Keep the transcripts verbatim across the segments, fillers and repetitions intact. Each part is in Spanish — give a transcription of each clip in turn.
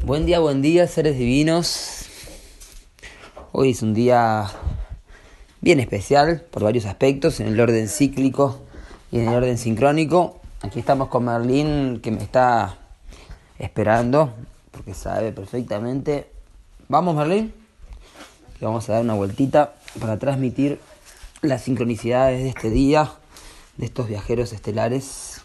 Buen día, buen día, seres divinos. Hoy es un día bien especial por varios aspectos, en el orden cíclico y en el orden sincrónico. Aquí estamos con Merlín, que me está esperando, porque sabe perfectamente. Vamos, Merlín, que vamos a dar una vueltita para transmitir las sincronicidades de este día, de estos viajeros estelares.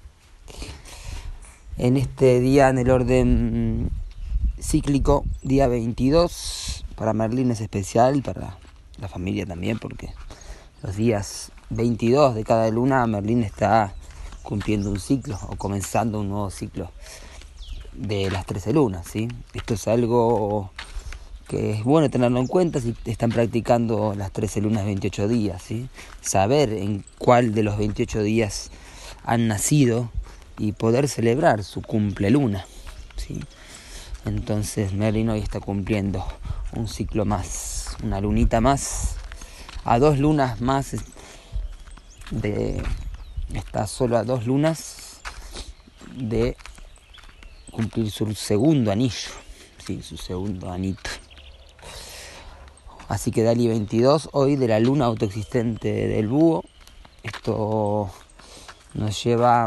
En este día, en el orden cíclico, día veintidós, para Merlín es especial, para la familia también, porque los días veintidós de cada luna Merlín está cumpliendo un ciclo o comenzando un nuevo ciclo de las trece lunas, ¿sí? Esto es algo que es bueno tenerlo en cuenta si están practicando las trece lunas veintiocho días, ¿sí? Saber en cuál de los veintiocho días han nacido y poder celebrar su cumple luna, ¿sí? Entonces Merlín hoy está cumpliendo un ciclo más, una lunita más, a dos lunas más, de, está solo a dos lunas de cumplir su segundo anillo, ¿sí? Su segundo anito. Así que Dali veintidós, hoy de la luna autoexistente del búho. Esto nos lleva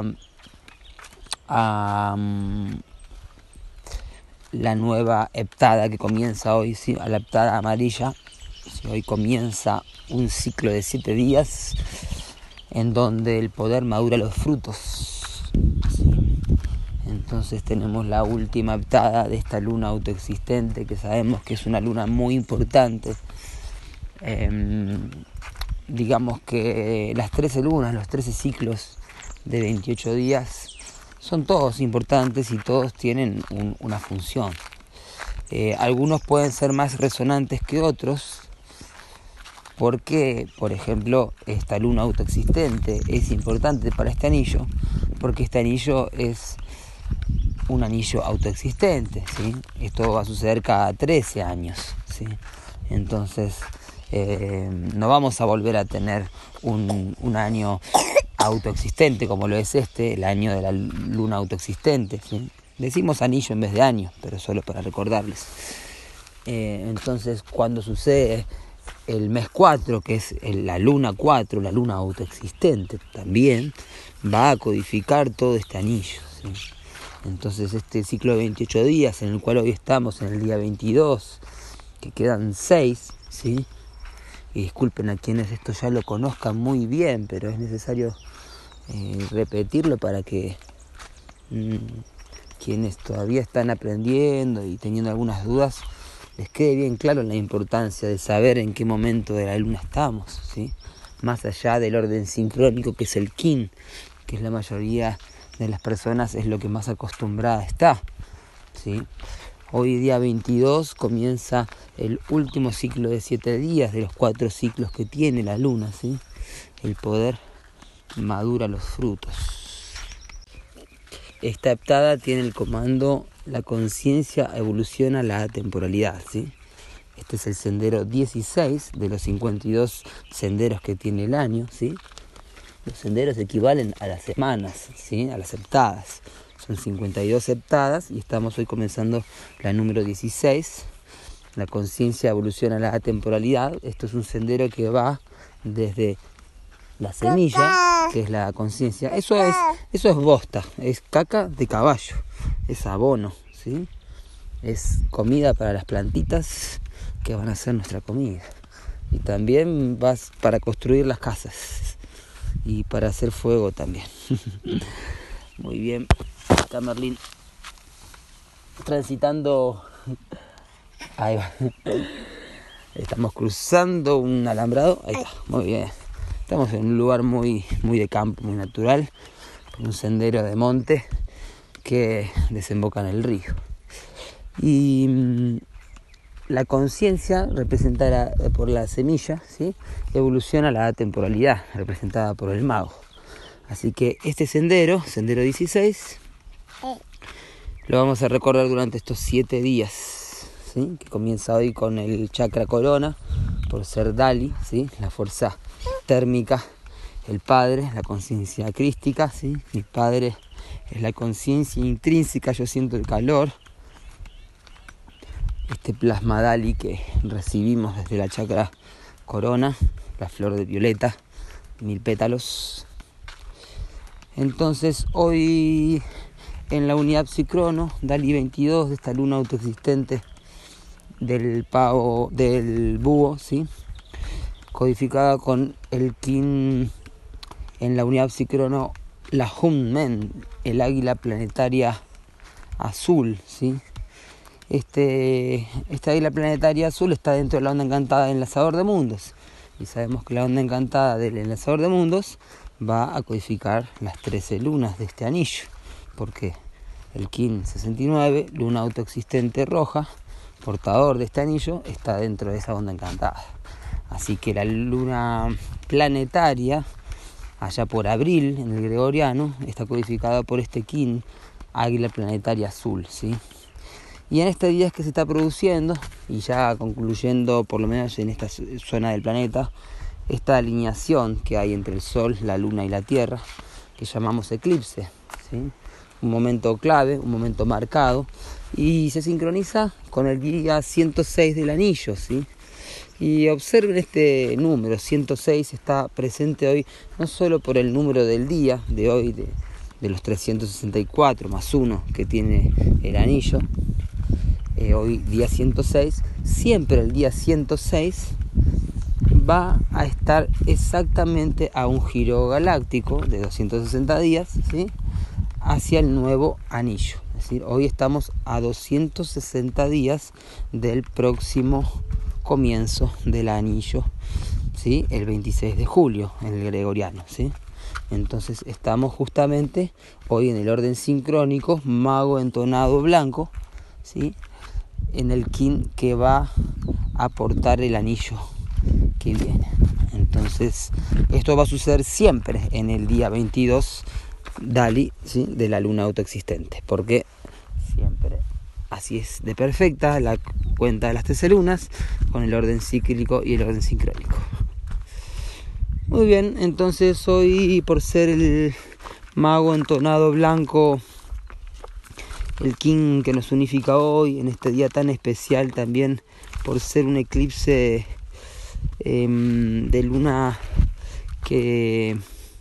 a um, la nueva heptada que comienza hoy, ¿sí? A la heptada amarilla. ¿Sí? Hoy comienza un ciclo de siete días en donde el poder madura los frutos, ¿sí? Entonces tenemos la última heptada de esta luna autoexistente, que sabemos que es una luna muy importante. Eh, digamos que las trece lunas, los trece ciclos de veintiocho días son todos importantes y todos tienen un, una función. Eh, algunos pueden ser más resonantes que otros, porque, por ejemplo, esta luna autoexistente es importante para este anillo, porque este anillo es un anillo autoexistente, ¿sí? Esto va a suceder cada trece años, ¿sí? Entonces, eh, no vamos a volver a tener un, un año autoexistente como lo es este, el año de la luna autoexistente, ¿sí? Decimos anillo en vez de año, pero solo para recordarles. Eh, entonces, cuando sucede el mes cuatro, que es el, la luna cuatro, la luna autoexistente, también va a codificar todo este anillo, ¿sí? Entonces, este ciclo de veintiocho días, en el cual hoy estamos en el día veintidós, que quedan seis, ¿sí? Y disculpen a quienes esto ya lo conozcan muy bien, pero es necesario eh, repetirlo para que mmm, quienes todavía están aprendiendo y teniendo algunas dudas, les quede bien claro la importancia de saber en qué momento de la luna estamos, ¿sí? Más allá del orden sincrónico, que es el kin, que es la mayoría de las personas es lo que más acostumbrada está, ¿sí? Hoy día veintidós comienza el último ciclo de siete días de los cuatro ciclos que tiene la luna, ¿sí? El poder madura los frutos. Esta heptada tiene el comando: la conciencia evoluciona la atemporalidad, ¿sí? Este es el sendero dieciséis de los cincuenta y dos senderos que tiene el año, ¿sí? Los senderos equivalen a las semanas, ¿sí? A las heptadas. Son cincuenta y dos heptadas y estamos hoy comenzando la número dieciséis. La conciencia evoluciona la atemporalidad. Esto es un sendero que va desde la semilla, que es la conciencia. Eso es, eso es bosta, es caca de caballo, es abono, ¿sí? Es comida para las plantitas que van a ser nuestra comida. Y también vas para construir las casas y para hacer fuego también. Muy bien, está Merlín transitando. Ahí va. Estamos cruzando un alambrado. Ahí está, muy bien. Estamos en un lugar muy, muy de campo, muy natural, un sendero de monte que desemboca en el río. Y mmm, la conciencia, representada por la semilla, ¿sí? Evoluciona la atemporalidad, representada por el mago. Así que este sendero, sendero dieciséis, lo vamos a recordar durante estos siete días, ¿sí? Que comienza hoy con el chakra corona, por ser Dali, ¿sí? La fuerza térmica, el padre, la conciencia crística, ¿sí? Mi padre es la conciencia intrínseca, yo siento el calor, este plasma Dali que recibimos desde la chakra corona, la flor de violeta, mil pétalos. Entonces hoy en la unidad psicrono, Dali veintidós, de esta luna autoexistente del pavo, del búho, ¿sí?, codificada con el kin en la unidad psicrono, la Hunmen, el águila planetaria azul, ¿sí? Este, esta águila planetaria azul está dentro de la onda encantada del enlazador de mundos. Y sabemos que la onda encantada del enlazador de mundos va a codificar las trece lunas de este anillo. Porque el kin sesenta y nueve, luna autoexistente roja, portador de este anillo, está dentro de esa onda encantada. Así que la luna planetaria, allá por abril, en el gregoriano, está codificada por este kin, águila planetaria azul, ¿sí? Y en estos días que se está produciendo, y ya concluyendo por lo menos en esta zona del planeta, esta alineación que hay entre el Sol, la Luna y la Tierra, que llamamos eclipse, ¿sí? Un momento clave, un momento marcado, y se sincroniza con el día ciento seis del anillo, ¿sí? Y observen este número, ciento seis, está presente hoy no solo por el número del día de hoy, de, de los trescientos sesenta y cuatro más uno que tiene el anillo, eh, hoy día ciento seis, siempre el día ciento seis va a estar exactamente a un giro galáctico de doscientos sesenta días, ¿sí?, hacia el nuevo anillo. Es decir, hoy estamos a doscientos sesenta días del próximo comienzo del anillo, ¿sí?, el veintiséis de julio en el gregoriano, ¿sí? Entonces estamos justamente hoy en el orden sincrónico, mago entonado blanco, ¿sí?, en el kin que va a aportar el anillo que viene. Entonces esto va a suceder siempre en el día veintidós Dali, ¿sí?, de la luna autoexistente, porque siempre así es de perfecta la cuenta de las trece lunas con el orden cíclico y el orden sincrónico. Muy bien, entonces hoy, por ser el mago entonado blanco, el kin que nos unifica hoy en este día tan especial, también por ser un eclipse eh, de luna que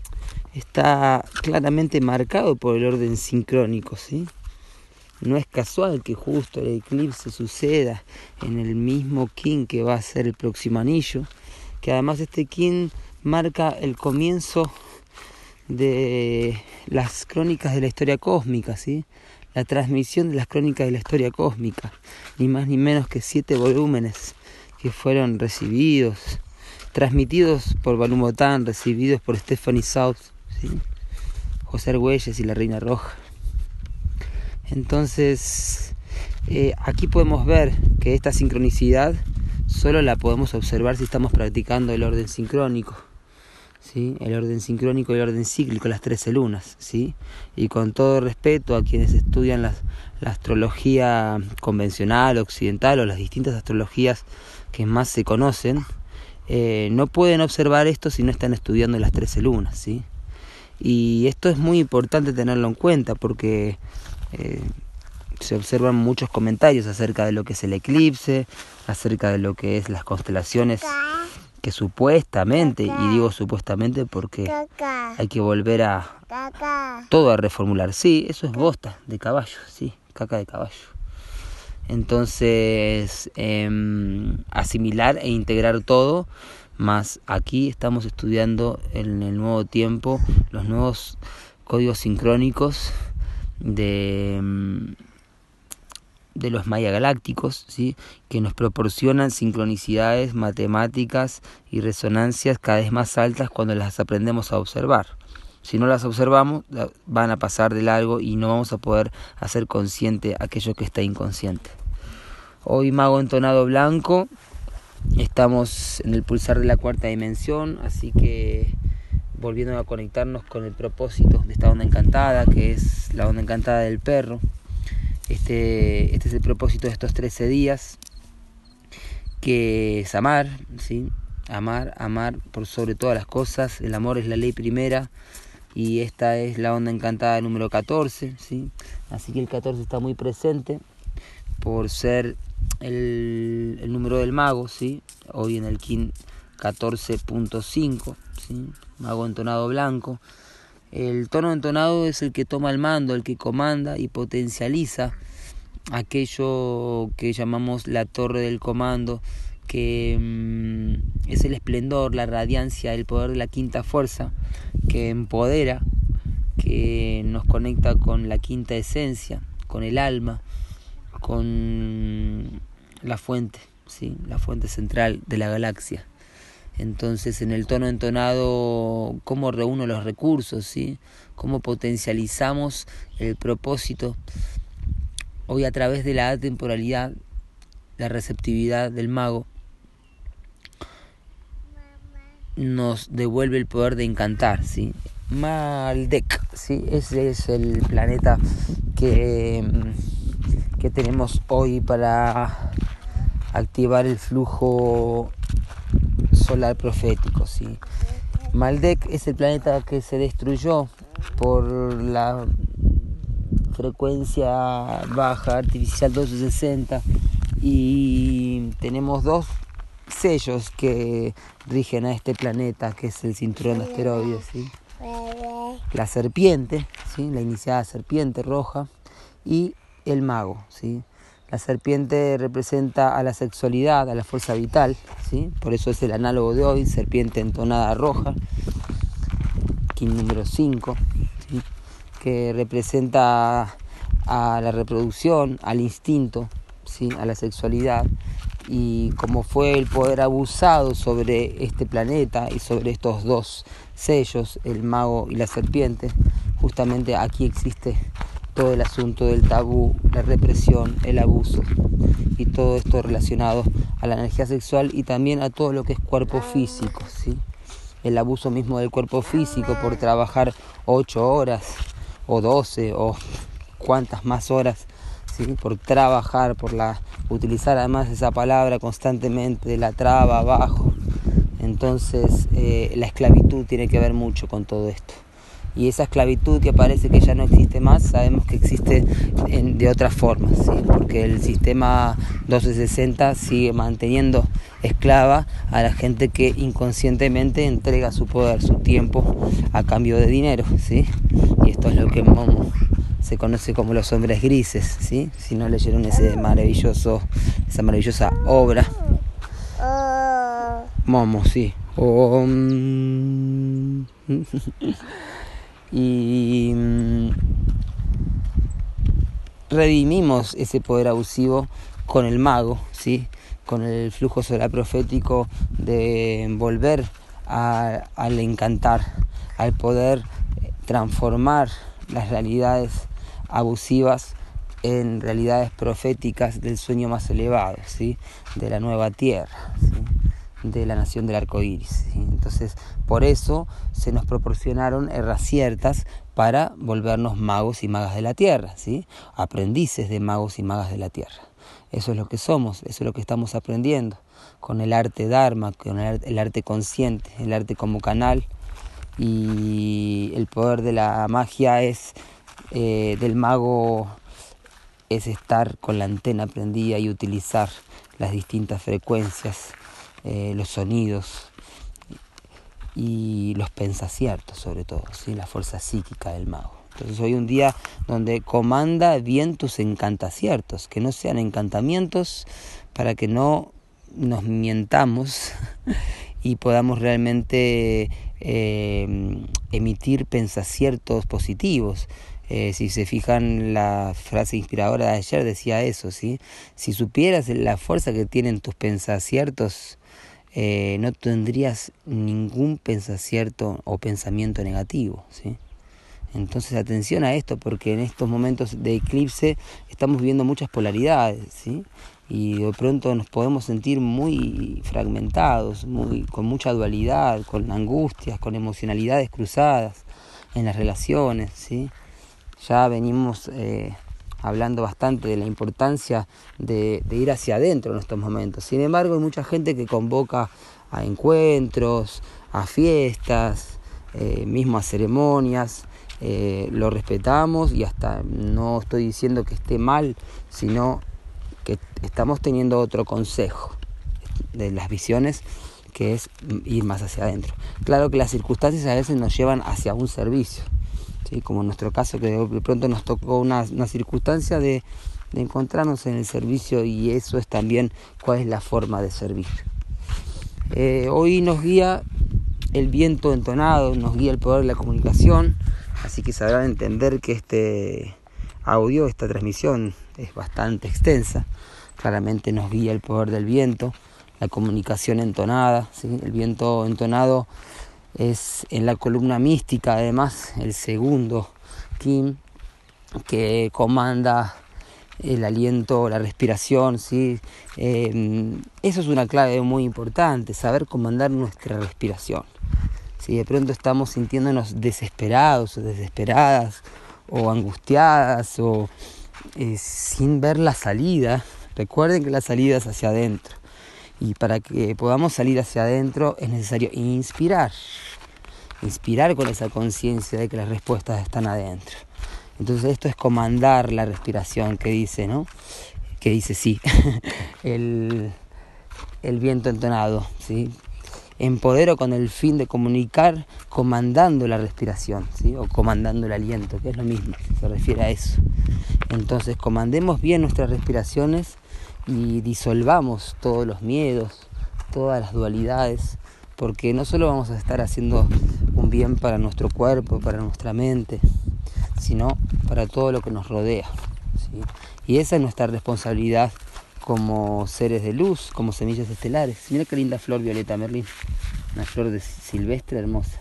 está claramente marcado por el orden sincrónico, ¿sí? No es casual que justo el eclipse suceda en el mismo kin que va a ser el próximo anillo, que además este kin marca el comienzo de las crónicas de la historia cósmica, ¿sí?, la transmisión de las crónicas de la historia cósmica, ni más ni menos que siete volúmenes que fueron recibidos, transmitidos por Banu Botán, recibidos por Stephanie South, ¿sí?, José Argüelles y la Reina Roja. Entonces, eh, aquí podemos ver que esta sincronicidad solo la podemos observar si estamos practicando el orden sincrónico, ¿sí?, el orden sincrónico y el orden cíclico, las trece lunas, ¿sí? Y con todo respeto a quienes estudian la, la astrología convencional, occidental, o las distintas astrologías que más se conocen, eh, no pueden observar esto si no están estudiando las trece lunas, ¿sí? Y esto es muy importante tenerlo en cuenta porque eh, se observan muchos comentarios acerca de lo que es el eclipse, acerca de lo que es las constelaciones, que supuestamente, y digo supuestamente porque hay que volver a todo a reformular. Sí, eso es bosta de caballo, sí, caca de caballo. Entonces, eh, asimilar e integrar todo, más aquí estamos estudiando en el nuevo tiempo los nuevos códigos sincrónicos de... de los maya galácticos, ¿sí?, que nos proporcionan sincronicidades matemáticas y resonancias cada vez más altas cuando las aprendemos a observar. Si no las observamos, van a pasar de largo y no vamos a poder hacer consciente aquello que está inconsciente. Hoy, mago entonado blanco, estamos en el pulsar de la cuarta dimensión, así que volviendo a conectarnos con el propósito de esta onda encantada, que es la onda encantada del perro. Este, este es el propósito de estos trece días, que es amar, ¿sí? Amar, amar por sobre todas las cosas. El amor es la ley primera y esta es la onda encantada número catorce, ¿sí? Así que el catorce está muy presente por ser el, el número del mago, ¿sí? Hoy en el Kin catorce punto cinco, ¿sí? Mago entonado blanco. El tono entonado es el que toma el mando, el que comanda y potencializa aquello que llamamos la torre del comando, que mmm, es el esplendor, la radiancia, el poder de la quinta fuerza, que empodera, que nos conecta con la quinta esencia, con el alma, con la fuente, ¿sí? La fuente central de la galaxia. Entonces, en el tono entonado, ¿cómo reúno los recursos? ¿Sí? ¿Cómo potencializamos el propósito? Hoy, a través de la atemporalidad, la receptividad del mago, nos devuelve el poder de encantar, ¿sí? Maldek, ¿sí? Ese es el planeta que, que tenemos hoy para activar el flujo solar profético, ¿sí? Maldek es el planeta que se destruyó por la frecuencia baja artificial doscientos sesenta, y tenemos dos sellos que rigen a este planeta, que es el cinturón de asteroides, ¿sí? La serpiente, ¿sí? La iniciada serpiente roja, y el mago, ¿sí? La serpiente representa a la sexualidad, a la fuerza vital, ¿sí? Por eso es el análogo de hoy, serpiente entonada roja, Kin número cinco, ¿sí? Que representa a la reproducción, al instinto, ¿sí? A la sexualidad. Y como fue el poder abusado sobre este planeta y sobre estos dos sellos, el mago y la serpiente, justamente aquí existe todo el asunto del tabú, la represión, el abuso, y todo esto relacionado a la energía sexual y también a todo lo que es cuerpo físico, ¿sí? El abuso mismo del cuerpo físico por trabajar ocho horas o doce o cuantas más horas, ¿sí? Por trabajar, por la utilizar además esa palabra constantemente de la traba abajo. Entonces eh, la esclavitud tiene que ver mucho con todo esto. Y esa esclavitud que parece que ya no existe más, sabemos que existe en, de otras formas, ¿sí? Porque el sistema doscientos sesenta sigue manteniendo esclava a la gente que inconscientemente entrega su poder, su tiempo a cambio de dinero, ¿sí? Y esto es lo que Momo se conoce como los hombres grises, ¿sí? Si no leyeron ese maravilloso, esa maravillosa obra, Momo, sí. Oh, mm, y mm, redimimos ese poder abusivo con el mago, ¿sí? Con el flujo solar profético de volver a, al encantar, al poder transformar las realidades abusivas en realidades proféticas del sueño más elevado, ¿sí? De la nueva tierra, ¿sí? De la nación del arco iris, ¿sí? Entonces, por eso se nos proporcionaron herraciertas para volvernos magos y magas de la tierra, ¿sí? Aprendices de magos y magas de la tierra. Eso es lo que somos, eso es lo que estamos aprendiendo con el arte Dharma, con el arte, el arte consciente, el arte como canal. Y el poder de la magia es eh, del mago es estar con la antena prendida y utilizar las distintas frecuencias, eh, los sonidos y los pensaciertos, sobre todo, ¿sí? La fuerza psíquica del mago. Entonces hoy un día donde comanda bien tus encantaciertos, que no sean encantamientos, para que no nos mientamos y podamos realmente eh, emitir pensaciertos positivos. Eh, si se fijan, la frase inspiradora de ayer decía eso, ¿sí? Si supieras la fuerza que tienen tus pensaciertos, eh, no tendrías ningún pensacierto o pensamiento negativo, ¿sí? Entonces atención a esto, porque en estos momentos de eclipse estamos viendo muchas polaridades, ¿sí? Y de pronto nos podemos sentir muy fragmentados, muy, con mucha dualidad, con angustias, con emocionalidades cruzadas en las relaciones, ¿sí? Ya venimos eh, hablando bastante de la importancia de, de ir hacia adentro en estos momentos. Sin embargo, hay mucha gente que convoca a encuentros, a fiestas, eh, mismo a ceremonias. Eh, lo respetamos y hasta no estoy diciendo que esté mal, sino que estamos teniendo otro consejo de las visiones, que es ir más hacia adentro. Claro que las circunstancias a veces nos llevan hacia un servicio, ¿sí? Como en nuestro caso, que de pronto nos tocó una, una circunstancia de, de encontrarnos en el servicio, y eso es también cuál es la forma de servir. Eh, hoy nos guía el viento entonado, nos guía el poder de la comunicación, así que sabrán entender que este audio, esta transmisión es bastante extensa. Claramente nos guía el poder del viento, la comunicación entonada, ¿sí? El viento entonado es en la columna mística, además, el segundo Kim, que comanda el aliento, la respiración, ¿sí? Eh, eso es una clave muy importante, saber comandar nuestra respiración. Si de pronto estamos sintiéndonos desesperados o desesperadas, o angustiadas, o eh, sin ver la salida, recuerden que la salida es hacia adentro. Y para que podamos salir hacia adentro es necesario inspirar. Inspirar con esa conciencia de que las respuestas están adentro. Entonces esto es comandar la respiración, que dice, ¿no? Que dice, sí, el, el viento entonado, ¿sí? Empodero con el fin de comunicar comandando la respiración, ¿sí? O comandando el aliento, que es lo mismo, se refiere a eso. Entonces comandemos bien nuestras respiraciones y disolvamos todos los miedos, todas las dualidades, porque no solo vamos a estar haciendo un bien para nuestro cuerpo, para nuestra mente, sino para todo lo que nos rodea, ¿sí? Y esa es nuestra responsabilidad como seres de luz, como semillas estelares. Mira qué linda flor violeta, Merlín, una flor de silvestre hermosa.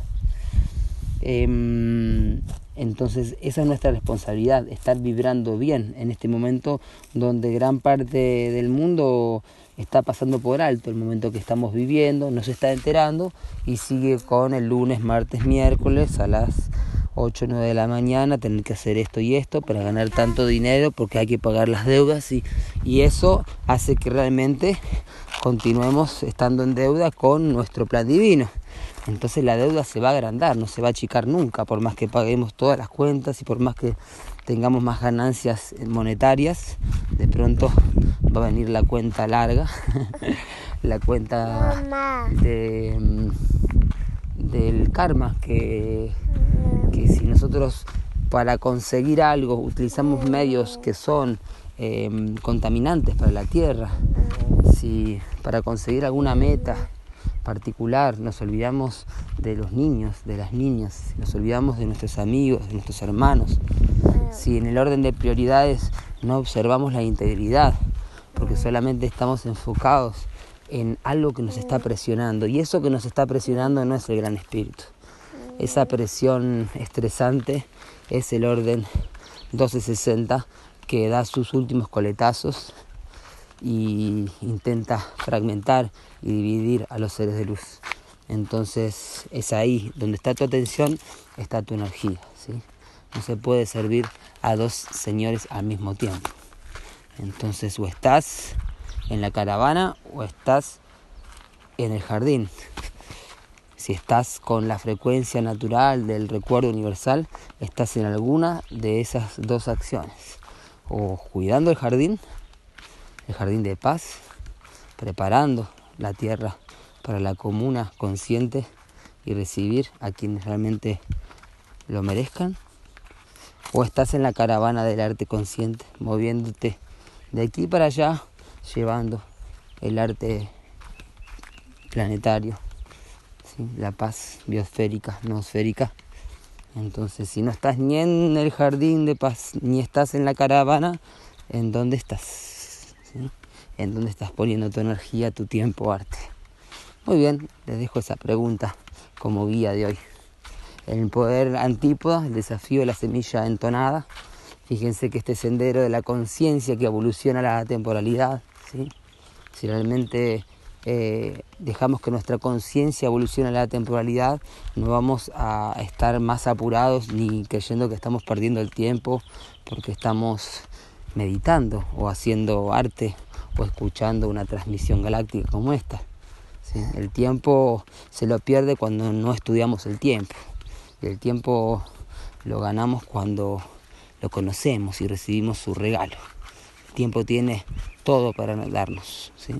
Eh, entonces esa es nuestra responsabilidad, estar vibrando bien en este momento donde gran parte del mundo está pasando por alto el momento que estamos viviendo, no se está enterando y sigue con el lunes, martes, miércoles a las ocho o nueve de la mañana tener que hacer esto y esto para ganar tanto dinero porque hay que pagar las deudas, y, y eso hace que realmente continuemos estando en deuda con nuestro plan divino. Entonces la deuda se va a agrandar, no se va a achicar nunca, por más que paguemos todas las cuentas y por más que tengamos más ganancias monetarias, de pronto va a venir la cuenta larga, la cuenta de, del karma, que, que si nosotros para conseguir algo utilizamos medios que son eh, contaminantes para la tierra, si para conseguir alguna meta particular nos olvidamos de los niños, de las niñas, nos olvidamos de nuestros amigos, de nuestros hermanos, si en el orden de prioridades no observamos la integridad, porque solamente estamos enfocados en algo que nos está presionando, y eso que nos está presionando no es el gran espíritu. Esa presión estresante es el orden doce sesenta, que da sus últimos coletazos y intenta fragmentar y dividir a los seres de luz. Entonces es ahí donde está tu atención, está tu energía, ¿sí? No se puede servir a dos señores al mismo tiempo. Entonces o estás en la caravana o estás en el jardín. Si estás con la frecuencia natural del recuerdo universal, estás en alguna de esas dos acciones. O cuidando el jardín, el jardín de paz, preparando la tierra para la comuna consciente y recibir a quienes realmente lo merezcan. O estás en la caravana del arte consciente, moviéndote de aquí para allá, llevando el arte planetario, ¿sí? La paz biosférica, noosférica. Entonces, si no estás ni en el jardín de paz, ni estás en la caravana, ¿en dónde estás? ¿Sí? ¿En dónde estás poniendo tu energía, tu tiempo, arte? Muy bien, les dejo esa pregunta como guía de hoy. El poder antípoda, el desafío de la semilla entonada. Fíjense que este sendero de la conciencia que evoluciona la temporalidad, ¿sí? Si realmente eh, dejamos que nuestra conciencia evolucione la temporalidad, no vamos a estar más apurados ni creyendo que estamos perdiendo el tiempo porque estamos meditando o haciendo arte o escuchando una transmisión galáctica como esta, ¿sí? El tiempo se lo pierde cuando no estudiamos el tiempo, y el tiempo lo ganamos cuando lo conocemos y recibimos su regalo. tiempo tiene todo para darnos, ¿sí?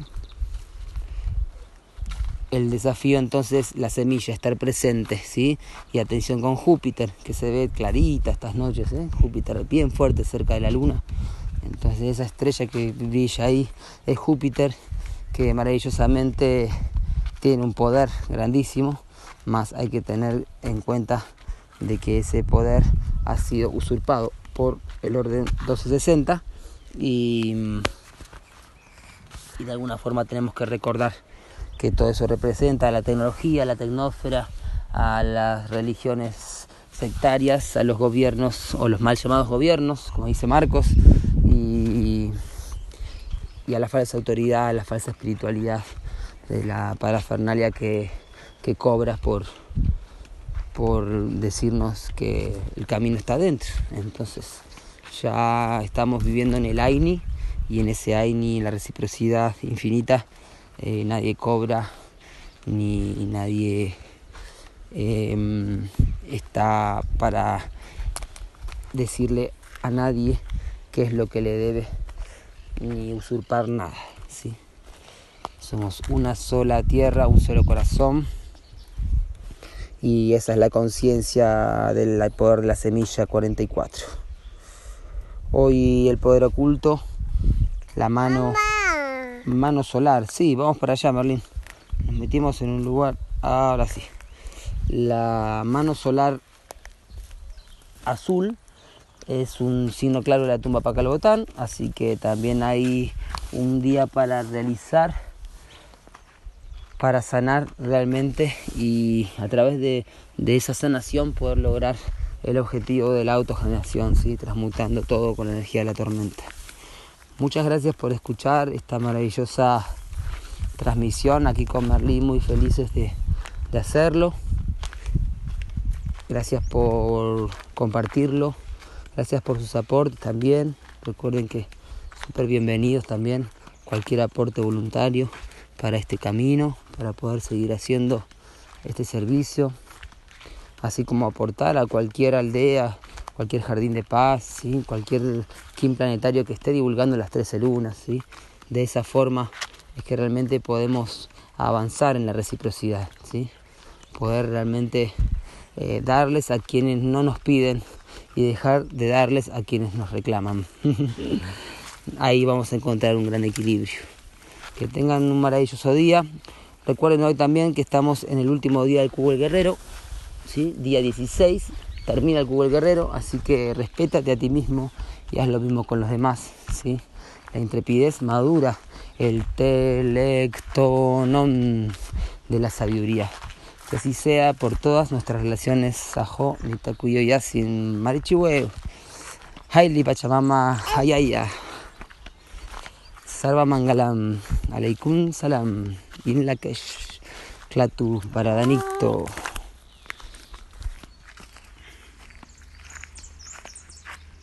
El desafío entonces, la semilla, estar presente, ¿sí? Y atención con Júpiter, que se ve clarita estas noches, ¿eh? Júpiter bien fuerte cerca de la luna. Entonces esa estrella que brilla ahí es Júpiter, que maravillosamente tiene un poder grandísimo, más hay que tener en cuenta de que ese poder ha sido usurpado por el orden doce sesenta y, y de alguna forma tenemos que recordar que todo eso representa a la tecnología, a la tecnósfera, a las religiones sectarias, a los gobiernos o los mal llamados gobiernos, como dice Marcos, y, y a la falsa autoridad, a la falsa espiritualidad de la parafernalia que, que cobras por, por decirnos que el camino está adentro. Entonces ya estamos viviendo en el Aini, y en ese Aini, la reciprocidad infinita, Eh, nadie cobra ni nadie eh, está para decirle a nadie qué es lo que le debe ni usurpar nada, ¿sí? Somos una sola tierra, un solo corazón, y esa es la conciencia del poder de la semilla cuarenta y cuatro. Hoy el poder oculto, la mano... Mano solar, sí, vamos para allá, Merlín. Nos metimos en un lugar, ahora sí. La mano solar azul es un signo claro de la tumba Pacalbotán, así que también hay un día para realizar, para sanar realmente, y a través de, de esa sanación poder lograr el objetivo de la autogeneración, ¿sí? Transmutando todo con la energía de la tormenta. Muchas gracias por escuchar esta maravillosa transmisión aquí con Merlín, muy felices de, de hacerlo. Gracias por compartirlo, gracias por sus aportes también. Recuerden que súper bienvenidos también cualquier aporte voluntario para este camino, para poder seguir haciendo este servicio, así como aportar a cualquier aldea, cualquier jardín de paz, ¿sí? Cualquier kim planetario que esté divulgando las trece lunas, ¿sí? De esa forma es que realmente podemos avanzar en la reciprocidad, ¿sí? Poder realmente eh, darles a quienes no nos piden y dejar de darles a quienes nos reclaman. Ahí vamos a encontrar un gran equilibrio. Que tengan un maravilloso día. Recuerden hoy también que estamos en el último día del Cubo del Guerrero, ¿sí? Día dieciséis. Termina el Cubo del Guerrero, así que respétate a ti mismo y haz lo mismo con los demás, ¿sí? La intrepidez madura, el telectonón de la sabiduría. Que así sea por todas nuestras relaciones. Sajo, Nitakuyo Yasin, Marichihueo, Haili Pachamama, Hayaya, Sarva Mangalam, Aleikum Salam, In Lakesh, Klatu Paradanicto.